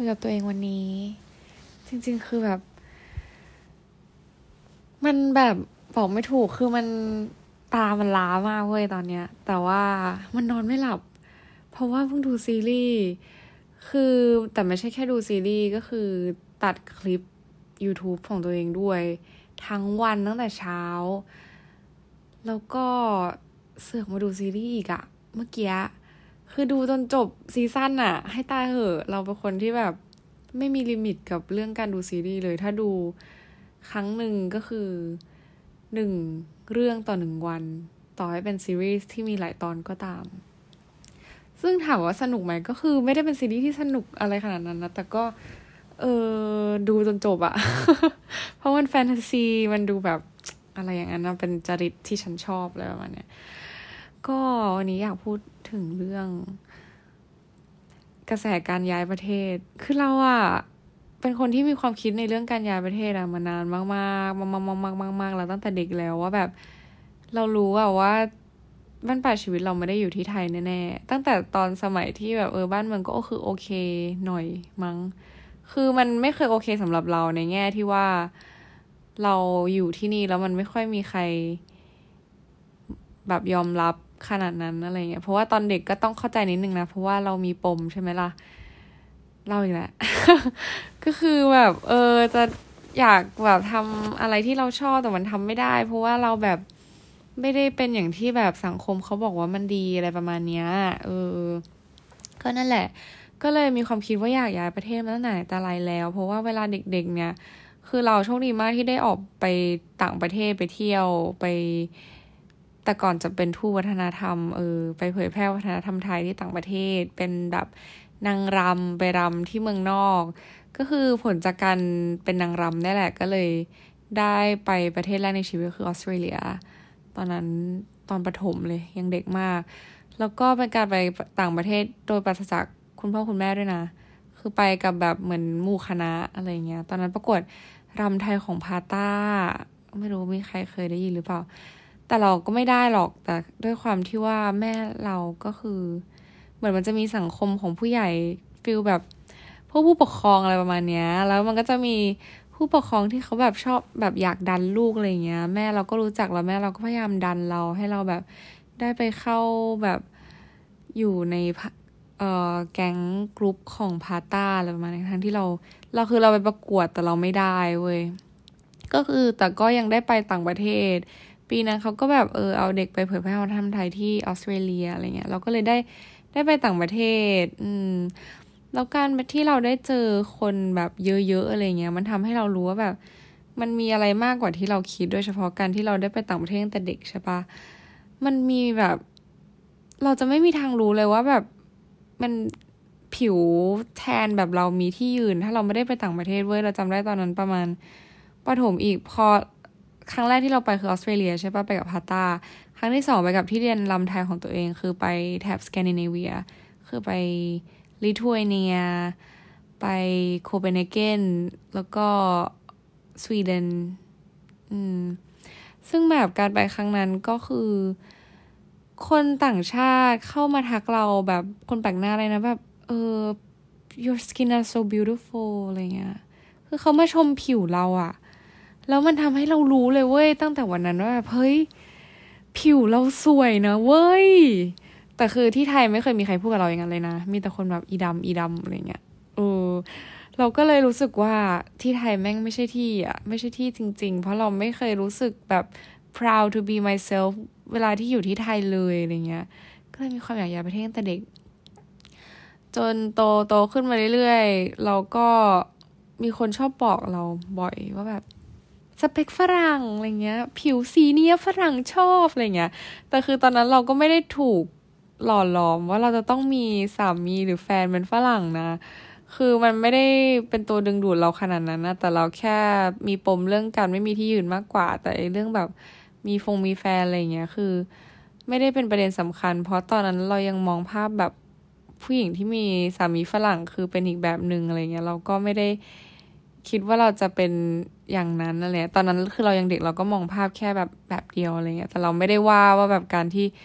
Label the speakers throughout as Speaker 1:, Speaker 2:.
Speaker 1: ยกับตัวเองวันนี้จริงๆคือแบบมันแบบบอกไม่ถูกคือมันตามันล้ามากเว้ยตอนเนี้ยแต่ว่ามันนอนไม่หลับเพราะว่าเพิ่งดูซีรีส์คือแต่ไม่ใช่แค่ดูซีรีส์ก็คือตัดคลิป YouTube ของตัวเองด้วยทั้งวันตั้งแต่เช้าแล้วก็เสือกมาดูซีรีส์อีกอะเมื่อกี้คือดูจนจบซีซั่นอะให้ตายเหอะเราเป็นคนที่แบบไม่มีลิมิตกับเรื่องการดูซีรีส์เลยถ้าดูครั้งหนึ่งก็คือ1 เรื่องต่อ1 วันต่อให้เป็นซีรีส์ที่มีหลายตอนก็ตามซึ่งถามว่าสนุกไหมก็คือไม่ได้เป็นซีรีส์ที่สนุกอะไรขนาดนั้นนะแต่ก็ดูจนจบอะ เพราะมันแฟนตาซีมันดูแบบอะไรอย่างนั้นนะเป็นจริตที่ฉันชอบอะไรประมาณเนี้ยก็วันนี้อยากพูดถึงเรื่องกระแสการย้ายประเทศคือเราอะเป็นคนที่มีความคิดในเรื่องการย้ายประเทศอะมานานมากๆมากๆแล้วตั้งแต่เด็กแล้วว่าแบบเรารู้อะว่าบ้านปลายชีวิตเราไม่ได้อยู่ที่ไทยแน่ๆตั้งแต่ตอนสมัยที่แบบบ้านเมืองก็คือโอเคหน่อยมั้งคือมันไม่เคยโอเคสำหรับเราในแง่ที่ว่าเราอยู่ที่นี่แล้วมันไม่ค่อยมีใครแบบยอมรับขนาดนั้นอะไรเงี้ยเพราะว่าตอนเด็กก็ต้องเข้าใจนิดนึงนะเพราะว่าเรามีปมใช่ไหมล่ะเล่าอีกแล้ว ก็คือแบบจะอยากแบบทำอะไรที่เราชอบแต่มันทำไม่ได้เพราะว่าเราแบบไม่ได้เป็นอย่างที่แบบสังคมเขาบอกว่ามันดีอะไรประมาณเนี้ยก็นั่นแหละก็เลยมีความคิดว่าอยากย้ายประเทศมาตั้งแต่แต่ไรแล้วเพราะว่าเวลาเด็กๆเนี่ยคือเราโชคดีมากที่ได้ออกไปต่างประเทศไปเที่ยวไปแต่ก่อนจะเป็นทูตวัฒนธรรมไปเผยแพร่วัฒนธรรมไทยที่ต่างประเทศเป็นแบบนางรำไปรำที่เมืองนอกก็คือผลจากการเป็นนางรำนี่แหละก็เลยได้ไปประเทศแรกในชีวิตก็คือออสเตรเลียตอนนั้นตอนประถมเลยยังเด็กมากแล้วก็เป็นการไปต่างประเทศโดยปราศจากคุณพ่อคุณแม่ด้วยนะคือไปกับแบบเหมือนหมู่คณะอะไรเงี้ยตอนนั้นประกวดรำไทยของพาต้าไม่รู้มีใครเคยได้ยินหรือเปล่าแต่เราก็ไม่ได้หรอกแต่ด้วยความที่ว่าแม่เราก็คือเหมือนมันจะมีสังคมของผู้ใหญ่ฟีลแบบพวกผู้ปกครองอะไรประมาณเนี้ยแล้วมันก็จะมีผู้ปกครองที่เขาแบบชอบแบบอยากดันลูกอะไรเงี้ยแม่เราก็รู้จักแล้วแม่เราก็พยายามดันเราให้เราแบบได้ไปเข้าแบบอยู่ในแก๊งกรุ๊ปของพาต้าอะไรประมาณนี้ทั้งที่เราคือเราไปประกวดแต่เราไม่ได้เว้ยก็คือแต่ก็ยังได้ไปต่างประเทศปีนั้นเขาก็แบบเอาเด็กไปเผยแพร่วัฒนธรรมไทยที่ออสเตรเลียอะไรเงี้ยเราก็เลยได้ไปต่างประเทศแล้วการที่เราได้เจอคนแบบเยอะๆอะไรเงี้ยมันทำให้เรารู้ว่าแบบมันมีอะไรมากกว่าที่เราคิดโดยเฉพาะการที่เราได้ไปต่างประเทศตั้งแต่เด็กใช่ปะมันมีแบบเราจะไม่มีทางรู้เลยว่าแบบมันผิวแทนแบบเรามีที่ยืนถ้าเราไม่ได้ไปต่างประเทศเว้ยเราจำได้ตอนนั้นประมาณประถมอีกพอครั้งแรกที่เราไปคือออสเตรเลียใช่ปะไปกับพาต้าครั้งที่2ไปกับที่เรียนรำไทยของตัวเองคือไปแถบสแกนดิเนเวียคือไปลิทัวเนียไปโคเปนเฮเกนแล้วก็สวีเดนซึ่งแบบการไปครั้งนั้นก็คือคนต่างชาติเข้ามาทักเราแบบคนแปลกหน้าเลยนะแบบyour skin are so beautiful อะไรเงี้ยคือเขามาชมผิวเราอะแล้วมันทำให้เรารู้เลยเว้ยตั้งแต่วันนั้นว่าแบบเฮ้ยผิวเราสวยนะเว้ยแต่คือที่ไทยไม่เคยมีใครพูดกับเราอย่างนั้นเลยนะมีแต่คนแบบอีดำอะไรเงี้ยเราก็เลยรู้สึกว่าที่ไทยแม่งไม่ใช่ที่อ่ะไม่ใช่ที่จริงๆเพราะเราไม่เคยรู้สึกแบบ proud to be myself เวลาที่อยู่ที่ไทยเลยอะไรเงี้ยก็เลยมีความอยากย้ายประเทศตั้งแต่เด็กจนโตขึ้นมาเรื่อยๆเราก็มีคนชอบบอกเราบ่อยว่าแบบสเปคฝรั่งอะไรเงี้ยผิวสีเนี้ยฝรั่งชอบอะไรเงี้ยแต่คือตอนนั้นเราก็ไม่ได้ถูกหล่อหลอมว่าเราจะต้องมีสามีหรือแฟนเป็นฝรั่งนะคือมันไม่ได้เป็นตัวดึงดูดเราขนาดนั้นนะแต่เราแค่มีปมเรื่องการไม่มีที่ยืนมากกว่าแต่เรื่องแบบมีแฟนอะไรเงี้ยคือไม่ได้เป็นประเด็นสำคัญเพราะตอนนั้นเรายังมองภาพแบบผู้หญิงที่มีสามีฝรั่งคือเป็นอีกแบบนึงอะไรเงี้ยเราก็ไม่ได้คิดว่าเราจะเป็นอย่างนั้นอะไรตอนนั้นคือเรายังเด็กเราก็มองภาพแค่แบบเดียวอะไรเงี้ยแต่เราไม่ได้ว่าแบบการที่ค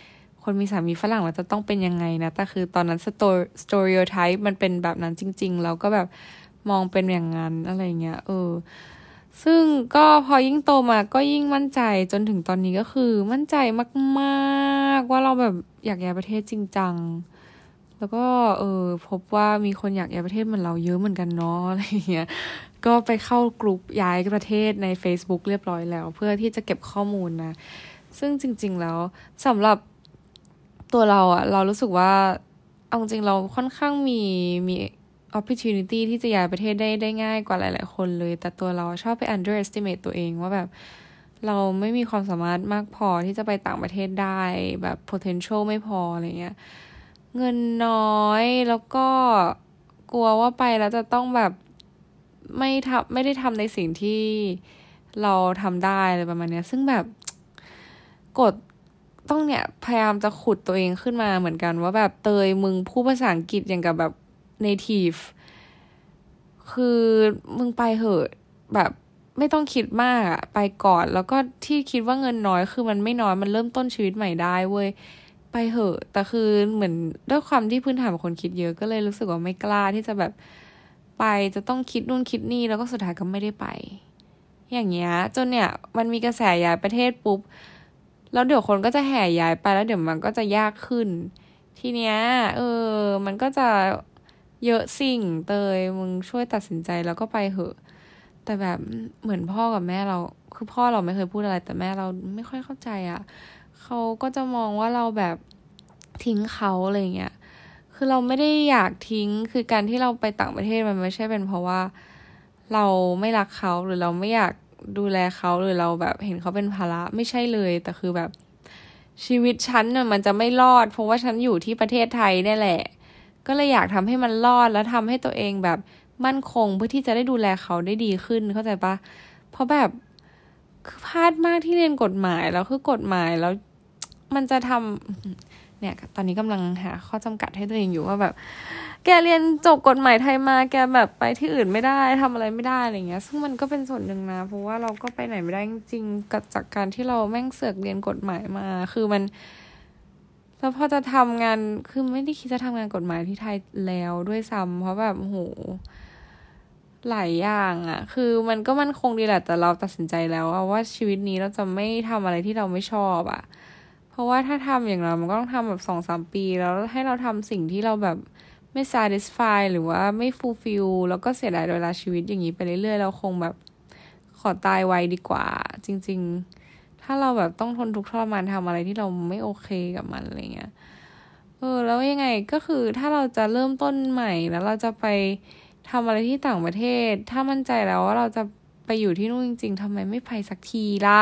Speaker 1: คนมีสามีฝรั่งแล้วจะต้องเป็นยังไงนะแต่คือตอนนั้นstereotype มันเป็นแบบนั้นจริงๆแล้วก็แบบมองเป็นอย่างนั้นอะไรเงี้ยซึ่งก็พอยิ่งโตมาก็ยิ่งมั่นใจจนถึงตอนนี้ก็คือมั่นใจมากๆว่าเราแบบอยากย้ายประเทศจริงจังแล้วก็พบว่ามีคนอยากย้ายประเทศเหมือนเราเยอะเหมือนกันเนาะอะไรเงี้ยก็ไปเข้ากลุ่มย้ายประเทศใน Facebook เรียบร้อยแล้วเพื่อที่จะเก็บข้อมูลนะซึ่งจริงๆแล้วสำหรับตัวเราอะเรารู้สึกว่าเอาจริงเราค่อนข้างมีopportunity ที่จะย้ายประเทศได้ง่ายกว่าหลายๆคนเลยแต่ตัวเราชอบไป underestimate ตัวเองว่าแบบเราไม่มีความสามารถมากพอที่จะไปต่างประเทศได้แบบ potential ไม่พออะไรเงี้ยเงินน้อยแล้วก็กลัวว่าไปแล้วจะต้องแบบไม่ได้ทำในสิ่งที่เราทำได้อะไรประมาณเนี้ยซึ่งแบบกดต้องเนี่ยพยายามจะขุดตัวเองขึ้นมาเหมือนกันว่าแบบเตยมึงพูดภาษาอังกฤษอย่างกับแบบ native คือมึงไปเหอะแบบไม่ต้องคิดมากอะไปก่อนแล้วก็ที่คิดว่าเงินน้อยคือมันไม่น้อยมันเริ่มต้นชีวิตใหม่ได้เว้ยไปเหอะแต่คือเหมือนด้วยความที่พื้นฐานของคนคิดเยอะก็เลยรู้สึกว่าไม่กล้าที่จะแบบไปจะต้องคิดนู่นคิดนี่แล้วก็สุดท้ายก็ไม่ได้ไปอย่างเงี้ยจนเนี่ยมันมีกระแสย้ายประเทศปุ๊บแล้วเดี๋ยวคนก็จะแห่ย้ายไปแล้วเดี๋ยวมันก็จะยากขึ้นทีเนี้ยมันก็จะเยอะสิ่งเตยมึงช่วยตัดสินใจแล้วก็ไปเหอะแต่แบบเหมือนพ่อกับแม่เราคือพ่อเราไม่เคยพูดอะไรแต่แม่เราไม่ค่อยเข้าใจอ่ะเขาก็จะมองว่าเราแบบทิ้งเขาอะไรเงี้ยคือเราไม่ได้อยากทิ้งคือการที่เราไปต่างประเทศมันไม่ใช่เป็นเพราะว่าเราไม่รักเขาหรือเราไม่อยากดูแลเขาหรือเราแบบเห็นเขาเป็นภาระไม่ใช่เลยแต่คือแบบชีวิตฉันน่ะมันจะไม่รอดเพราะว่าฉันอยู่ที่ประเทศไทยนี่แหละก็เลยอยากทำให้มันรอดแล้วทำให้ตัวเองแบบมั่นคงเพื่อที่จะได้ดูแลเขาได้ดีขึ้นเข้าใจปะเพราะแบบคือพลาดมากที่เรียนกฎหมายแล้วคือกฎหมายแล้วมันจะทำเนี่ยตอนนี้กำลังหาข้อจำกัดให้ตัวเองอยู่ว่าแบบแกเรียนจบกฎหมายไทยมาแกแบบไปที่อื่นไม่ได้ทำอะไรไม่ได้อะไรเงี้ยซึ่งมันก็เป็นส่วนหนึ่งนะเพราะว่าเราก็ไปไหนไม่ได้จริงๆกับจากการที่เราแม่งเสือกเรียนกฎหมายมาคือมันแล้วพอจะทำงานคือไม่ได้คิดจะทำงานกฎหมายที่ไทยแล้วด้วยซ้ำเพราะแบบโหหลายอย่างอ่ะคือมันก็มั่นคงดีแหละแต่เราตัดสินใจแล้วว่าชีวิตนี้เราจะไม่ทำอะไรที่เราไม่ชอบอ่ะเพราะว่าถ้าทำอย่างเรามันก็ต้องทำแบบ2-3 ปีแล้วให้เราทำสิ่งที่เราแบบไม่ satisfy หรือว่าไม่ fulfill แล้วก็เสียดายเวลาชีวิตอย่างนี้ไปเรื่อยๆเราคงแบบขอตายไวดีกว่าจริงๆถ้าเราแบบต้องทนทุกข์ทรมานทำอะไรที่เราไม่โอเคกับมันอะไรเงี้ยแล้วยังไงก็คือถ้าเราจะเริ่มต้นใหม่แล้วเราจะไปทำอะไรที่ต่างประเทศถ้ามั่นใจแล้วว่าเราจะไปอยู่ที่นู่นจริงๆทำไมไม่ไปสักทีล่ะ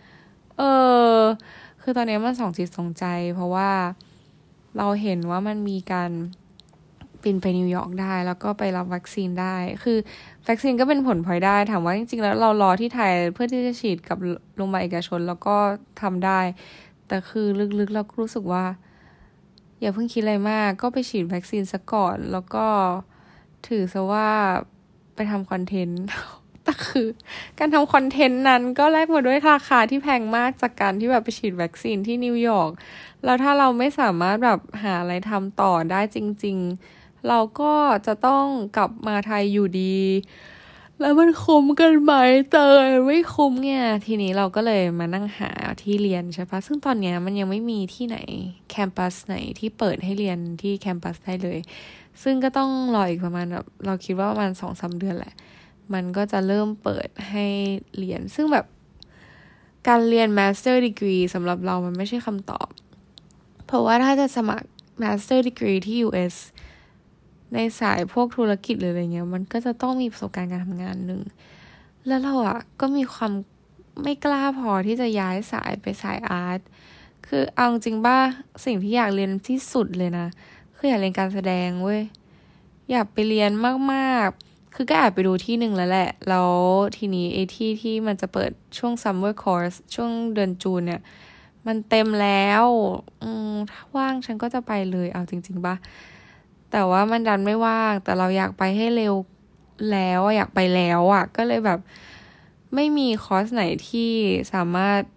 Speaker 1: คือตอนนี้มันสองจิตสองใจเพราะว่าเราเห็นว่ามันมีการบินไปนิวยอร์กได้แล้วก็ไปรับวัคซีนได้คือวัคซีนก็เป็นผลพลอยได้ถามว่าจริงๆแล้วเรารอที่ไทยเพื่อที่จะฉีดกับโรงพยาบาลเอกชนแล้วก็ทำได้แต่คือลึกๆเราก็รู้สึกว่าอย่าเพิ่งคิดอะไรมากก็ไปฉีดวัคซีนซะก่อนแล้วก็ถือซะว่าไปทำคอนเทนต์ แต่คือการทำคอนเทนต์นั้นก็แลกมาด้วยราคาที่แพงมากจากการที่แบบไปฉีดวัคซีนที่นิวยอร์กแล้วถ้าเราไม่สามารถแบบหาอะไรทำต่อได้จริงๆเราก็จะต้องกลับมาไทยอยู่ดีแล้วมันคุ้มกันไหมเตยไม่คุ้มเนี่ยทีนี้เราก็เลยมานั่งหาที่เรียนใช่ปะซึ่งตอนนี้มันยังไม่มีที่ไหนแคมปัสไหนที่เปิดให้เรียนที่แคมปัสได้เลยซึ่งก็ต้องรออีกประมาณแบบเราคิดว่าประมาณ 2-3 เดือนแหละมันก็จะเริ่มเปิดให้เรียนซึ่งแบบการเรียน Master Degree สำหรับเรามันไม่ใช่คำตอบเพราะว่าถ้าจะสมัคร Master Degree ที่ US ในสายพวกธุรกิจหรืออะไรเงี้ยมันก็จะต้องมีประสบการณ์การทำงานหนึ่งแล้วเราก็มีความไม่กล้าพอที่จะย้ายสายไปสายอาร์ตคือเอาจริงป่ะสิ่งที่อยากเรียนที่สุดเลยนะคืออยากเรียนการแสดงเว้ยอยากไปเรียนมากๆคือก็แอบไปดูที่หนึ่งแล้วแหละแล้วทีนี้ไอ้ที่มันจะเปิดช่วง summer course ช่วงเดือนจูนเนี่ยมันเต็มแล้วถ้าว่างฉันก็จะไปเลยเอาจริงๆป่ะแต่ว่ามันดันไม่ว่างแต่เราอยากไปให้เร็วแล้วอยากไปแล้วก็เลยแบบไม่มีคอร์สไหนที่สามารถ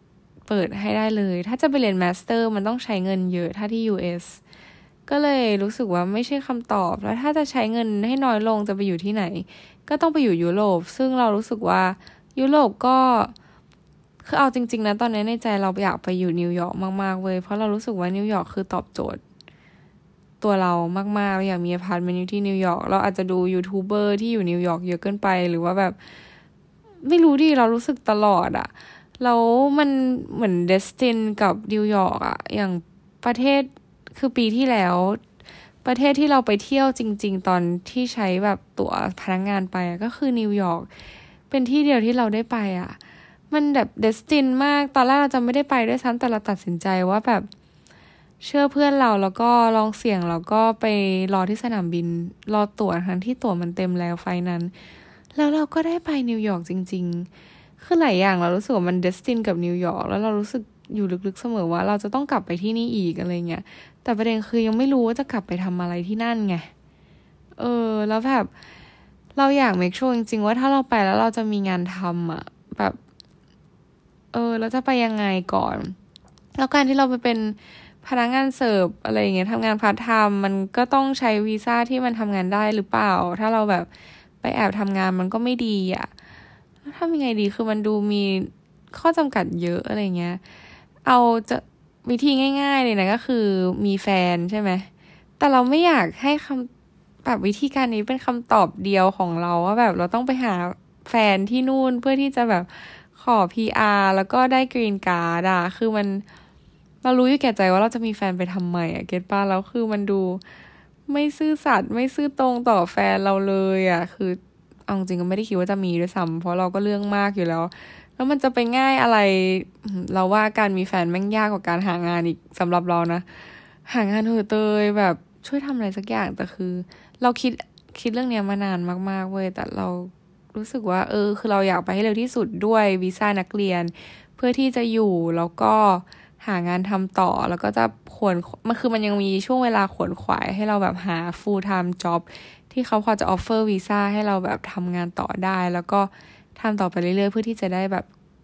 Speaker 1: เปิดให้ได้เลยถ้าจะไปเรียนมาสเตอร์มันต้องใช้เงินเยอะถ้าที่ US ก็เลยรู้สึกว่าไม่ใช่คำตอบแล้วถ้าจะใช้เงินให้น้อยลงจะไปอยู่ที่ไหนก็ต้องไปอยู่ยุโรปซึ่งเรารู้สึกว่ายุโรปก็คือเอาจริงๆนะตอนนี้ในใจเราอยากไปอยู่นิวยอร์กมากๆเว้ยเพราะเรารู้สึกว่านิวยอร์กคือตอบโจทย์ตัวเรามากๆเราอยากมีอพาร์ตเมนต์อยู่ที่นิวยอร์กเราอาจจะดูยูทูบเบอร์ที่อยู่นิวยอร์กเยอะเกินไปหรือว่าแบบไม่รู้ดิเรารู้สึกตลอดอะแล้วมันเหมือนเดสตินกับนิวยอร์กอะอย่างประเทศคือปีที่แล้วประเทศที่เราไปเที่ยวจริงๆตอนที่ใช้แบบตั๋วพนักงานไปก็คือนิวยอร์กเป็นที่เดียวที่เราได้ไปอะมันแบบเดสตินมากตอนแรกเราจะไม่ได้ไปด้วยซ้ำแต่เราตัดสินใจว่าแบบเชื่อเพื่อนเราแล้วก็ลองเสี่ยงแล้วก็ไปรอที่สนามบินรอตั๋วทั้งที่ตั๋วมันเต็มแล้วไฟนั้นแล้วเราก็ได้ไปนิวยอร์กจริงๆคือหลายอย่างเรารู้สึกว่ามันเดสตินกับนิวยอร์กแล้วเรารู้สึกอยู่ลึกๆเสมอว่าเราจะต้องกลับไปที่นี่อีกอะไรเงี้ยแต่ประเด็นคือยังไม่รู้ว่าจะกลับไปทำอะไรที่นั่นไงแล้วแบบเราอยากเมคชัวร์จริงๆว่าถ้าเราไปแล้วเราจะมีงานทำอ่ะแบบเราจะไปยังไงก่อนแล้วการที่เราไปเป็นพนักงานเสิร์ฟอะไรอย่างเงี้ยทำงานพาร์ทไทม์มันก็ต้องใช้วีซ่าที่มันทำงานได้หรือเปล่าถ้าเราแบบไปแอบทำงานมันก็ไม่ดีอ่ะแล้วทำยังไงดีคือมันดูมีข้อจำกัดเยอะอะไรเงี้ยเอาจะวิธีง่ายๆเลยนะก็คือมีแฟนใช่ไหมแต่เราไม่อยากให้แบบวิธีการนี้เป็นคำตอบเดียวของเราว่าแบบเราต้องไปหาแฟนที่นู่นเพื่อที่จะแบบขอ PR แล้วก็ได้กรีนการ์ดอะคือมันเรารู้อยู่แก่ใจว่าเราจะมีแฟนไปทำไมอะเก็ตป่ะแล้วคือมันดูไม่ซื่อสัตย์ไม่ซื่อตรงต่อแฟนเราเลยอะคือเอาจริงก็ไม่ได้คิดว่าจะมีด้วยซ้ำเพราะเราก็เรื่องมากอยู่แล้วแล้วมันจะไปง่ายอะไรเราว่าการมีแฟนแม่งยากกว่าการหางานอีกสำหรับเรานะหางานเถอะเตยแบบช่วยทำอะไรสักอย่างแต่คือเราคิดเรื่องนี้มานานมากๆเว้ยแต่เรารู้สึกว่าคือเราอยากไปให้เร็วที่สุดด้วยวีซ่านักเรียนเพื่อที่จะอยู่แล้วก็หางานทำต่อแล้วก็จะมันยังมีช่วงเวลาขวนขวายให้เราแบบหา full time job ที่เขาพอจะ offer วีซ่าให้เราแบบทำงานต่อได้แล้วก็ทำต่อไปเรื่อยๆเพื่อที่จะได้แบบ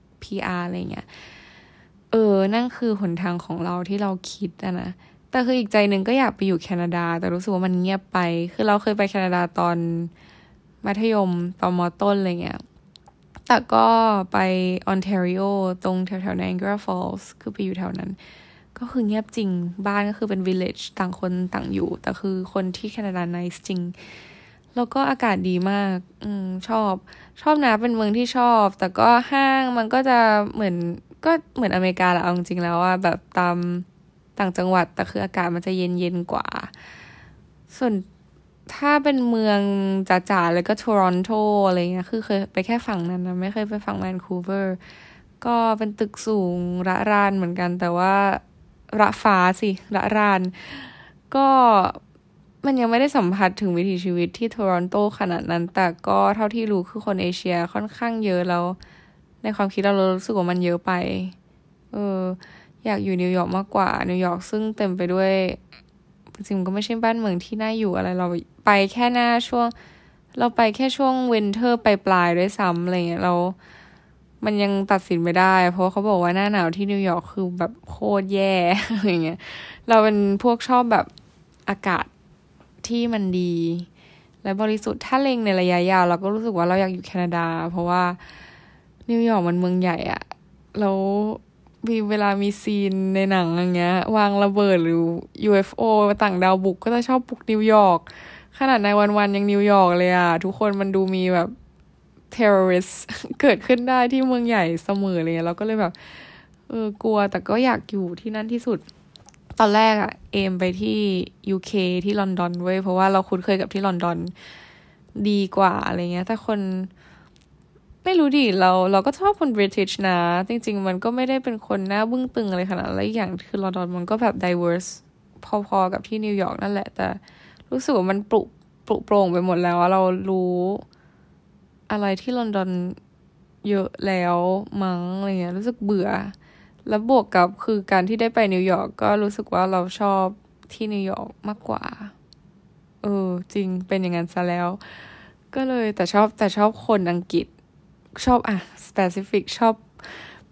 Speaker 1: PR อะไรเงี้ยนั่นคือหนทางของเราที่เราคิดนะแต่คืออีกใจหนึ่งก็อยากไปอยู่แคนาดาแต่รู้สึกว่ามันเงียบไปคือเราเคยไปแคนาดาตอนมัธยมตอนม.ต้นอะไรเงี้ยแต่ก็ไปออนแทรีโอตรงแถวๆ Niagara Falls คือไปอยู่แถวนั้นก็คือเงียบจริงบ้านก็คือเป็น village ต่างคนต่างอยู่แต่คือคนที่แคนาดา nice จริงแล้วก็อากาศดีมากชอบนะเป็นเมืองที่ชอบแต่ก็ห้างมันก็จะเหมือนอเมริกาแหละเอาจริงๆแล้วว่าแบบตามต่างจังหวัดแต่คืออากาศมันจะเย็นกว่าส่วนถ้าเป็นเมืองจ๋าๆเลยก็โทรอนโตอะไรเงี้ยคือเคยไปแค่ฝั่งนั้นนะไม่เคยไปฝั่งแวนคูเวอร์ก็เป็นตึกสูงระรานเหมือนกันแต่ว่าระฟ้าสิระรานก็มันยังไม่ได้สัมผัสถึงวิถีชีวิตที่โทรอนโตขนาดนั้นแต่ก็เท่าที่รู้คือคนเอเชียค่อนข้างเยอะแล้วในความคิดเรารู้สึกว่ามันเยอะไปอยากอยู่นิวยอร์กมากกว่านิวยอร์กซึ่งเต็มไปด้วยจริงๆก็ไม่ใช่บ้านเมืองที่น่าอยู่อะไรเราไปแค่เราไปแค่ช่วงวินเทอร์ปลายด้วยซ้ำอะไรเงี้ยมันยังตัดสินไม่ได้เพราะเขาบอกว่าหน้าหนาวที่นิวยอร์กคือแบบโคตรแย่อะไรเงี้ยเราเป็นพวกชอบแบบอากาศที่มันดีและบริสุทธิ์ถ้าเล็งในระยะยาวเราก็รู้สึกว่าเราอยากอยู่แคนาดาเพราะว่านิวยอร์กมันเมืองใหญ่อะแล้วเวลามีซีนในหนังอย่างเงี้ยวางระเบิดหรือ UFO ต่างดาวบุกก็จะชอบบุกนิวยอร์กขนาดในวันยังนิวยอร์กเลยอะทุกคนมันดูมีแบบterrorist เกิดขึ้นได้ที่เมืองใหญ่เสมอเลยเราก็เลยแบบกลัวแต่ก็อยากอยู่ที่นั่นที่สุดตอนแรกอะเอมไปที่ UK ที่ลอนดอนเว้ยเพราะว่าเราคุ้นเคยกับที่ลอนดอนดีกว่าอะไรเงี้ยแต่คนไม่รู้ดิเราก็ชอบคน British นะจริงๆมันก็ไม่ได้เป็นคนหน้าบึ้งตึงอะไรขนาดนั้นและอีกอย่างคือลอนดอนมันก็แบบ diverse พอๆกับที่นิวยอร์กนั่นแหละแต่รู้สึกว่ามันปลุโปร่งไปหมดแล้วเรารู้อะไรที่ลอนดอนเยอะแล้วมั้งอะไรเงี้ยรู้สึกเบื่อแล้วบวกกับคือการที่ได้ไปนิวยอร์กก็รู้สึกว่าเราชอบที่นิวยอร์กมากกว่าจริงเป็นอย่างนั้นซะแล้วก็เลยแต่ชอบคนอังกฤษชอบspecific ชอบ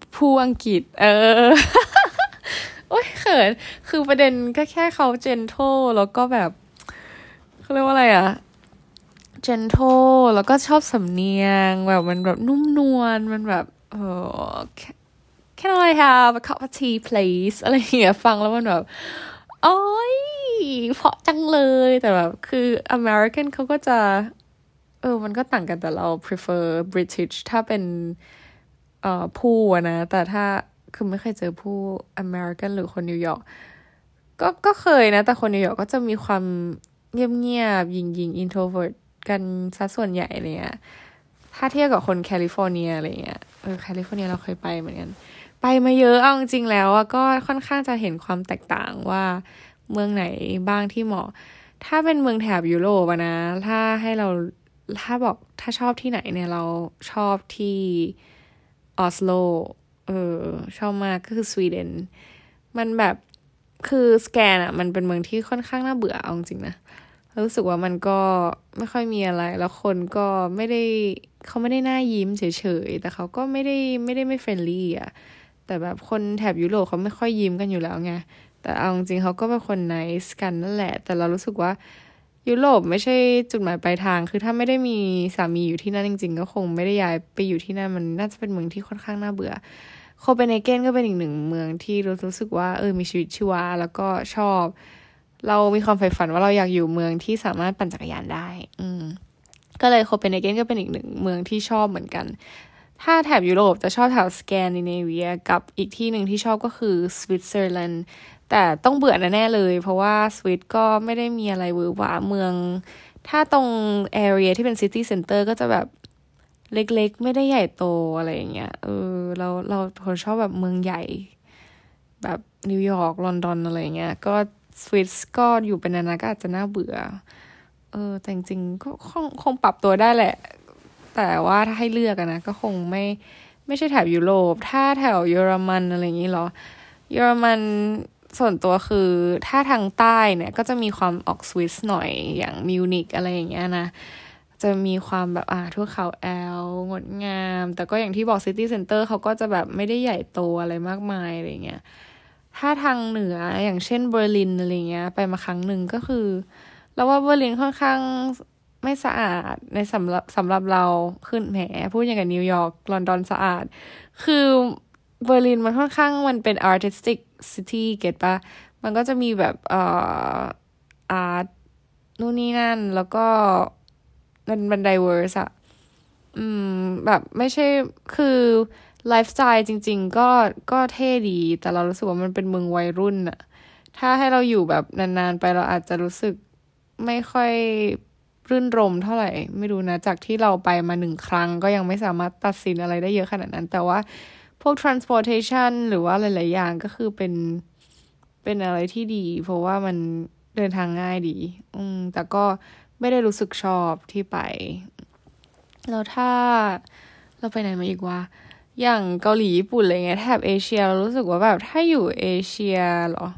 Speaker 1: ผู้อังกฤษโอ๊ยเขินคือประเด็นก็แค่เขา gentle แล้วก็แบบเขาเรียกว่าอะไรอะ gentle แล้วก็ชอบสำเนียงแบบมันแบบนุ่มนวลมันแบบCan I have a cup of tea please อะไรอย่างเงี้ยฟังแล้วมันแบบโอ๊ยเพราะจังเลยแต่แบบคือ American เขาก็จะมันก็ต่างกันแต่เรา prefer British ถ้าเป็นผู้นะแต่ถ้าคือไม่เคยเจอผู้ American หรือคนนิวยอร์กก็เคยนะแต่คนนิวยอร์กก็จะมีความเงียบๆยิง introvert กันซะส่วนใหญ่อะไรเงี้ยถ้าเทียบกับคนแคลิฟอร์เนียอะไรเงี้ยแคลิฟอร์เนียเราเคยไปเหมือนกันไปมาเยอะเอาจริงๆแล้วก็ค่อนข้างจะเห็นความแตกต่างว่าเมืองไหนบ้างที่เหมาะถ้าเป็นเมืองแถบยุโรปนะถ้าให้เราถ้าชอบที่ไหนเนี่ยเราชอบที่ออสโลชอบมากก็คือสวีเดนมันแบบคือสแกนอ่ะมันเป็นเมืองที่ค่อนข้างน่าเบื่อเอาจริงๆนะรู้สึกว่ามันก็ไม่ค่อยมีอะไรแล้วคนก็เขาไม่ได้น่ายิ้มเฉยๆแต่เขาก็ไม่เฟรนลี่อ่ะแต่แบบคนแถบยุโรปเขาไม่ค่อยยิ้มกันอยู่แล้วไงแต่เอาจริงๆเขาก็เป็นคนไนซ์กันนั่นแหละแต่เรารู้สึกว่ายุโรปไม่ใช่จุดหมายปลายทางคือถ้าไม่ได้มีสามีอยู่ที่นั่นจริงๆก็คงไม่ได้ย้ายไปอยู่ที่นั่นมันน่าจะเป็นเมืองที่ค่อนข้างน่าเบื่อโคเปนเฮเกนก็เป็นอีกหนึ่งเมืองที่รู้สึกว่ามีชีวิตชีวาแล้วก็ชอบเรามีความใฝ่ฝันว่าเราอยากอยู่เมืองที่สามารถปั่นจักรยานได้ก็เลยโคเปนเฮเกนก็เป็นอีกหนึ่งเมืองที่ชอบเหมือนกันถ้าแถบยุโรปจะชอบแถวสแกนดิเนเวียกับอีกที่หนึ่งที่ชอบก็คือสวิตเซอร์แลนด์แต่ต้องเบื่อแน่ๆเลยเพราะว่าสวิตก็ไม่ได้มีอะไรหวือหวาเมืองถ้าตรงแอเรียที่เป็นซิตี้เซ็นเตอร์ก็จะแบบเล็กๆไม่ได้ใหญ่โตอะไรอย่างเงี้ยเราคนชอบแบบเมืองใหญ่แบบนิวยอร์กลอนดอนอะไรอย่างเงี้ยก็สวิตก็อยู่เป็นนานๆก็อาจจะน่าเบื่อแต่จริงๆก็คงปรับตัวได้แหละแต่ว่าถ้าให้เลือกนะก็คงไม่ใช่แถบยุโรปถ้าแถวเยอรมันอะไรอย่างนี้หรอเยอรมันส่วนตัวคือถ้าทางใต้เนี่ยก็จะมีความออกสวิสหน่อยอย่างมิวนิกอะไรอย่างเงี้ยนะจะมีความแบบทั่วเขาแอลงดงามแต่ก็อย่างที่บอกซิตี้เซ็นเตอร์เขาก็จะแบบไม่ได้ใหญ่โตอะไรมากมายอะไรเงี้ยถ้าทางเหนืออย่างเช่นเบอร์ลินอะไรเงี้ยไปมาครั้งหนึ่งก็คือแล้วว่าเบอร์ลินค่อนข้างไม่สะอาดในสำหรับเราขึ้นแหมพูดอย่างกับนิวยอร์กลอนดอนสะอาดคือเบอร์ลินมันค่อนข้างมันเป็น artistic city เก็ตปะมันก็จะมีแบบอาร์ตนู่นนี่นั่นแล้วก็มัน diverse อะแบบไม่ใช่คือไลฟ์สไตล์จริงๆก็เท่ดีแต่เรารู้สึกว่ามันเป็นเมืองวัยรุ่นอะถ้าให้เราอยู่แบบนานๆไปเราอาจจะรู้สึกไม่ค่อยรื่นรมเท่าไหร่ไม่รู้นะจากที่เราไปมา1 ครั้งก็ยังไม่สามารถตัดสินอะไรได้เยอะขนาดนั้นแต่ว่าพวก transportation หรือว่าหลายๆอย่างก็คือเป็นอะไรที่ดีเพราะว่ามันเดินทางง่ายดีแต่ก็ไม่ได้รู้สึกชอบที่ไปแล้วถ้าเราไปไหนมาอีกวะอย่างเกาหลีญี่ปุ่นอะไรเงี้ยแถบเอเชียเรารู้สึกว่าแบบถ้าอยู่เอเชียเหรอ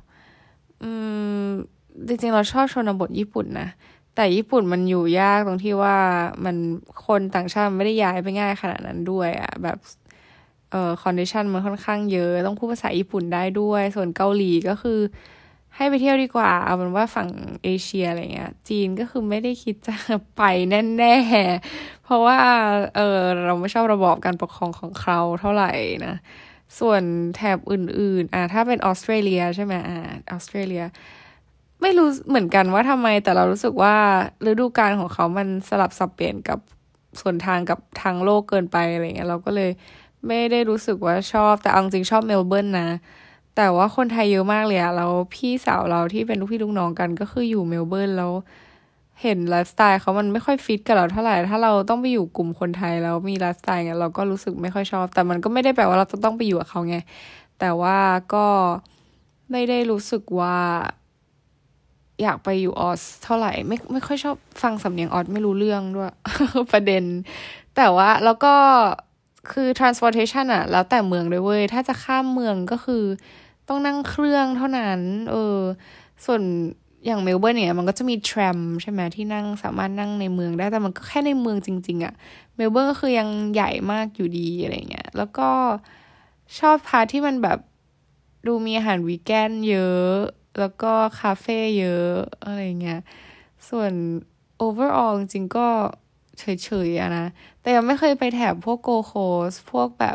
Speaker 1: จริงๆเราชอบชนบทญี่ปุ่นนะแต่ญี่ปุ่นมันอยู่ยากตรงที่ว่ามันคนต่างชาติไม่ได้ย้ายไปง่ายขนาดนั้นด้วยอะแบบคอนดิชันมันค่อนข้างเยอะต้องพูดภาษาญี่ปุ่นได้ด้วยส่วนเกาหลีก็คือให้ไปเที่ยวดีกว่าเอาเป็นว่าฝั่งเอเชียอะไรเงี้ยจีนก็คือไม่ได้คิดจะไปแน่ๆเพราะว่าเราไม่ชอบระบอบการปกครองของเขาเท่าไหร่นะส่วนแถบอื่นๆถ้าเป็นออสเตรเลียใช่ไหมออสเตรเลียไม่รู้เหมือนกันว่าทำไมแต่เรารู้สึกว่าฤดูกาลของเขามันสลับสับเปลี่ยนกับส่วนทางกับทางโลกเกินไปอะไรเงี้ยเราก็เลยไม่ได้รู้สึกว่าชอบแต่เอาจริงชอบเมลเบิร์นนะแต่ว่าคนไทยเยอะมากเลยอะแล้วพี่สาวเราที่เป็นลูกพี่ลูกน้องกันก็คืออยู่เมลเบิร์นแล้วเห็นไลฟ์สไตล์เขามันไม่ค่อยฟิตกับเราเท่าไหร่ถ้าเราต้องไปอยู่กลุ่มคนไทยแล้วมีไลฟ์สไตล์เงี้ยเราก็รู้สึกไม่ค่อยชอบแต่มันก็ไม่ได้แปลว่าเราจะต้องไปอยู่กับเขาไงแต่ว่าก็ไม่ได้รู้สึกว่าอยากไปอยู่ออสเท่าไหร่ไม่ค่อยชอบฟังสำเนียงออสไม่รู้เรื่องด้วย ประเด็นแต่ว่าแล้วก็คือ transportation อะแล้วแต่เมืองด้วยเว้ยถ้าจะข้ามเมืองก็คือต้องนั่งเครื่องเท่านั้นส่วนอย่างเมลเบิร์นเนี่ยมันก็จะมี tram ใช่ไหมที่นั่งสามารถนั่งในเมืองได้แต่มันก็แค่ในเมืองจริงๆอะเมลเบิร์นก็คือยังใหญ่มากอยู่ดีอะไรเงี้ยแล้วก็ชอบพาร์ทที่มันแบบดูมีอาหารวีแกนเยอะแล้วก็คาเฟ่เยอะอะไรเงี้ยส่วน overall จริงๆก็เฉยๆอะนะแต่ยังไม่เคยไปแถบพวกโกโคสพวกแบบ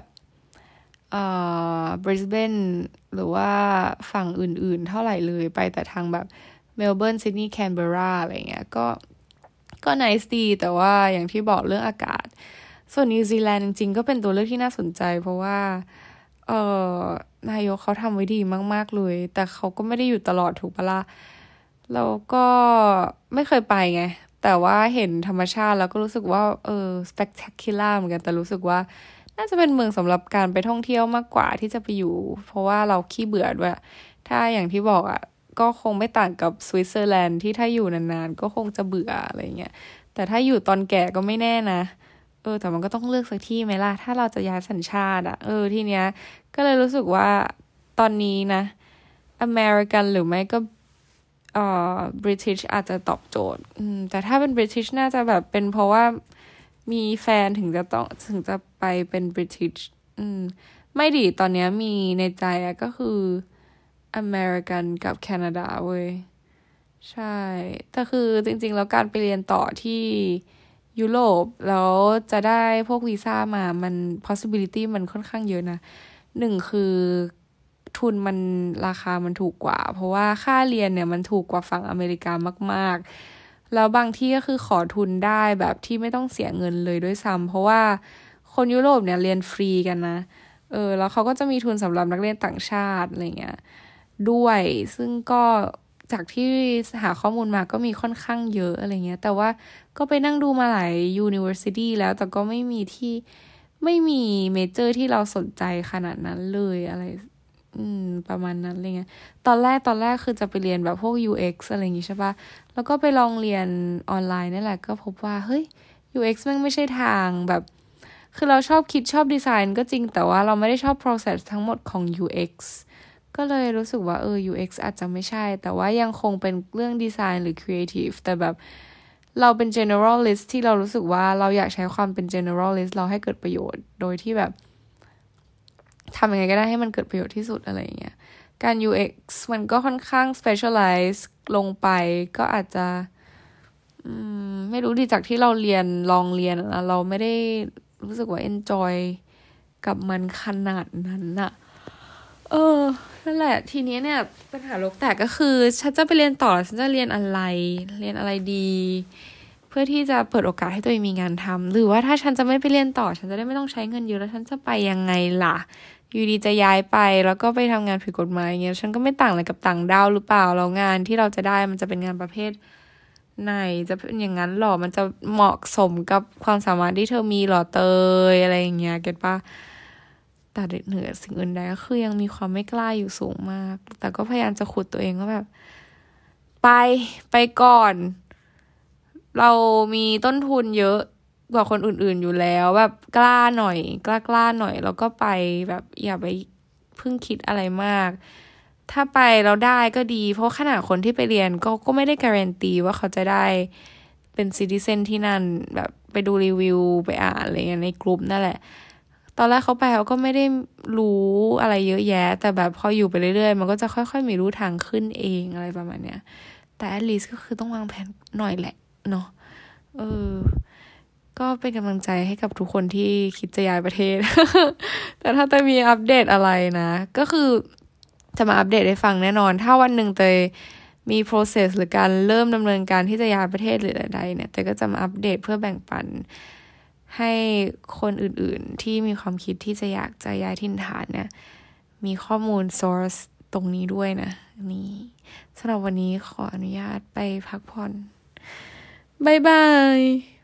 Speaker 1: บริสเบนหรือว่าฝั่งอื่นๆเท่าไหร่เลยไปแต่ทางแบบเมลเบิร์นซิดนีย์แคนเบอร์ราอะไรเงี้ยก็ nice ดีแต่ว่าอย่างที่บอกเรื่องอากาศส่วนนิวซีแลนด์จริงๆก็เป็นตัวเลือกที่น่าสนใจเพราะว่านายกเขาทำไว้ดีมากๆเลยแต่เขาก็ไม่ได้อยู่ตลอดถูกปะล่ะแล้วก็ไม่เคยไปไงแต่ว่าเห็นธรรมชาติแล้วก็รู้สึกว่าspectacular เหมือนกันแต่รู้สึกว่าน่าจะเป็นเมืองสำหรับการไปท่องเที่ยวมากกว่าที่จะไปอยู่เพราะว่าเราขี้เบื่อด้วยถ้าอย่างที่บอกอ่ะก็คงไม่ต่างกับสวิตเซอร์แลนด์ที่ถ้าอยู่นานๆก็คงจะเบื่ออะไรเงี้ยแต่ถ้าอยู่ตอนแก่ก็ไม่แน่นะแต่มันก็ต้องเลือกสักที่ไหมล่ะถ้าเราจะย้ายสัญชาติอ่ะทีเนี้ยก็เลยรู้สึกว่าตอนนี้นะอเมริกันหรือไม่ก็บริติชอาจจะตอบโจทย์แต่ถ้าเป็นบริติชน่าจะแบบเป็นเพราะว่ามีแฟนถึงจะไปเป็นบริติชไม่ดีตอนนี้มีในใจอะก็คืออเมริกันกับแคนาดาเว้ยใช่แต่คือจริงๆแล้วการไปเรียนต่อที่ยุโรปแล้วจะได้พวกวีซ่ามามัน possibility มันค่อนข้างเยอะนะหนึ่งคือทุนมันราคามันถูกกว่าเพราะว่าค่าเรียนเนี่ยมันถูกกว่าฝั่งอเมริกามากๆแล้วบางที่ก็คือขอทุนได้แบบที่ไม่ต้องเสียเงินเลยด้วยซ้ำเพราะว่าคนยุโรปเนี่ยเรียนฟรีกันนะแล้วเขาก็จะมีทุนสำหรับนักเรียนต่างชาติอะไรเงี้ยด้วยซึ่งก็จากที่หาข้อมูลมาก็มีค่อนข้างเยอะอะไรเงี้ยแต่ว่าก็ไปนั่งดูมาหลาย university แล้วแต่ก็ไม่มีเมเจอร์ที่เราสนใจขนาดนั้นเลยอะไรประมาณนั้นอะไรเงี้ยตอนแรกคือจะไปเรียนแบบพวก UX อะไรอย่างงี้ใช่ปะแล้วก็ไปลองเรียนออนไลน์นี่แหละก็พบว่าเฮ้ย UX มันไม่ใช่ทางแบบคือเราชอบคิดชอบดีไซน์ก็จริงแต่ว่าเราไม่ได้ชอบ process ทั้งหมดของ UX ก็เลยรู้สึกว่าUX อาจจะไม่ใช่แต่ว่ายังคงเป็นเรื่องดีไซน์หรือ creative แต่แบบเราเป็น generalist ที่เรารู้สึกว่าเราอยากใช้ความเป็น generalist เราให้เกิดประโยชน์โดยที่แบบทำยังไงก็ได้ให้มันเกิดประโยชน์ที่สุดอะไรอย่างเงี้ยการ UX มันก็ค่อนข้าง specialize ลงไปก็อาจจะไม่รู้ดีจากที่เราลองเรียนนะเราไม่ได้รู้สึกว่า enjoy กับมันขนาดนั้นน่ะนั่นแหละทีนี้เนี่ยปัญหาโลกแตกก็คือฉันจะไปเรียนต่อฉันจะเรียนอะไรดีเพื่อที่จะเปิดโอกาสให้ตัวเองมีงานทำหรือว่าถ้าฉันจะไม่ไปเรียนต่อฉันจะได้ไม่ต้องใช้เงินเยอะแล้วฉันจะไปยังไงล่ะอยู่ดีจะย้ายไปแล้วก็ไปทำงานผิดกฎหมายเงี้ยฉันก็ไม่ต่างอะไรกับต่างดาวหรือเปล่าแล้วงานที่เราจะได้มันจะเป็นงานประเภทไหนจะเป็นอย่างนั้นหรอมันจะเหมาะสมกับความสามารถที่เธอมีหรอเตยอะไรอย่างเงี้ยเก็ตปะแต่เหนือสิ่งอื่นใดก็คือยังมีความไม่กล้าอยู่สูงมากแต่ก็พยายามจะขุดตัวเองว่าแบบไปก่อนเรามีต้นทุนเยอะกว่าคนอื่นๆอยู่แล้วแบบกล้าหน่อยกล้าหน่อยแล้วก็ไปแบบอย่าไปเพิ่งคิดอะไรมากถ้าไปแล้วได้ก็ดีเพราะขนาดคนที่ไปเรียนก็ไม่ได้การันตีว่าเขาจะได้เป็นซิติเซนที่นั่นแบบไปดูรีวิวไปอ่านอะไรเงี้ยในกลุ่มนั่นแหละตอนแรกเขาไปเขาก็ไม่ได้รู้อะไรเยอะแยะแต่แบบพออยู่ไปเรื่อยๆมันก็จะค่อยๆมีรู้ทางขึ้นเองอะไรประมาณเนี้ยแต่ at least ก็คือต้องวางแผนหน่อยแหละเนาะก็เป็นกำลังใจให้กับทุกคนที่คิดจะย้ายประเทศ แต่ถ้าจะมีอัปเดตอะไรนะก็คือจะมาอัปเดตให้ฟังแน่นอนถ้าวันหนึ่งเตยมี process หรือการเริ่มดำเนินการที่จะย้ายประเทศหรืออะไรเนี่ยเตยก็จะมาอัปเดตเพื่อแบ่งปันให้คนอื่นๆที่มีความคิดที่จะอยากจะย้ายถิ่นฐานเนี่ยมีข้อมูล source ตรงนี้ด้วยนะนี่สำหรับวันนี้ขออนุญาตไปพักผ่อนบ๊ายบาย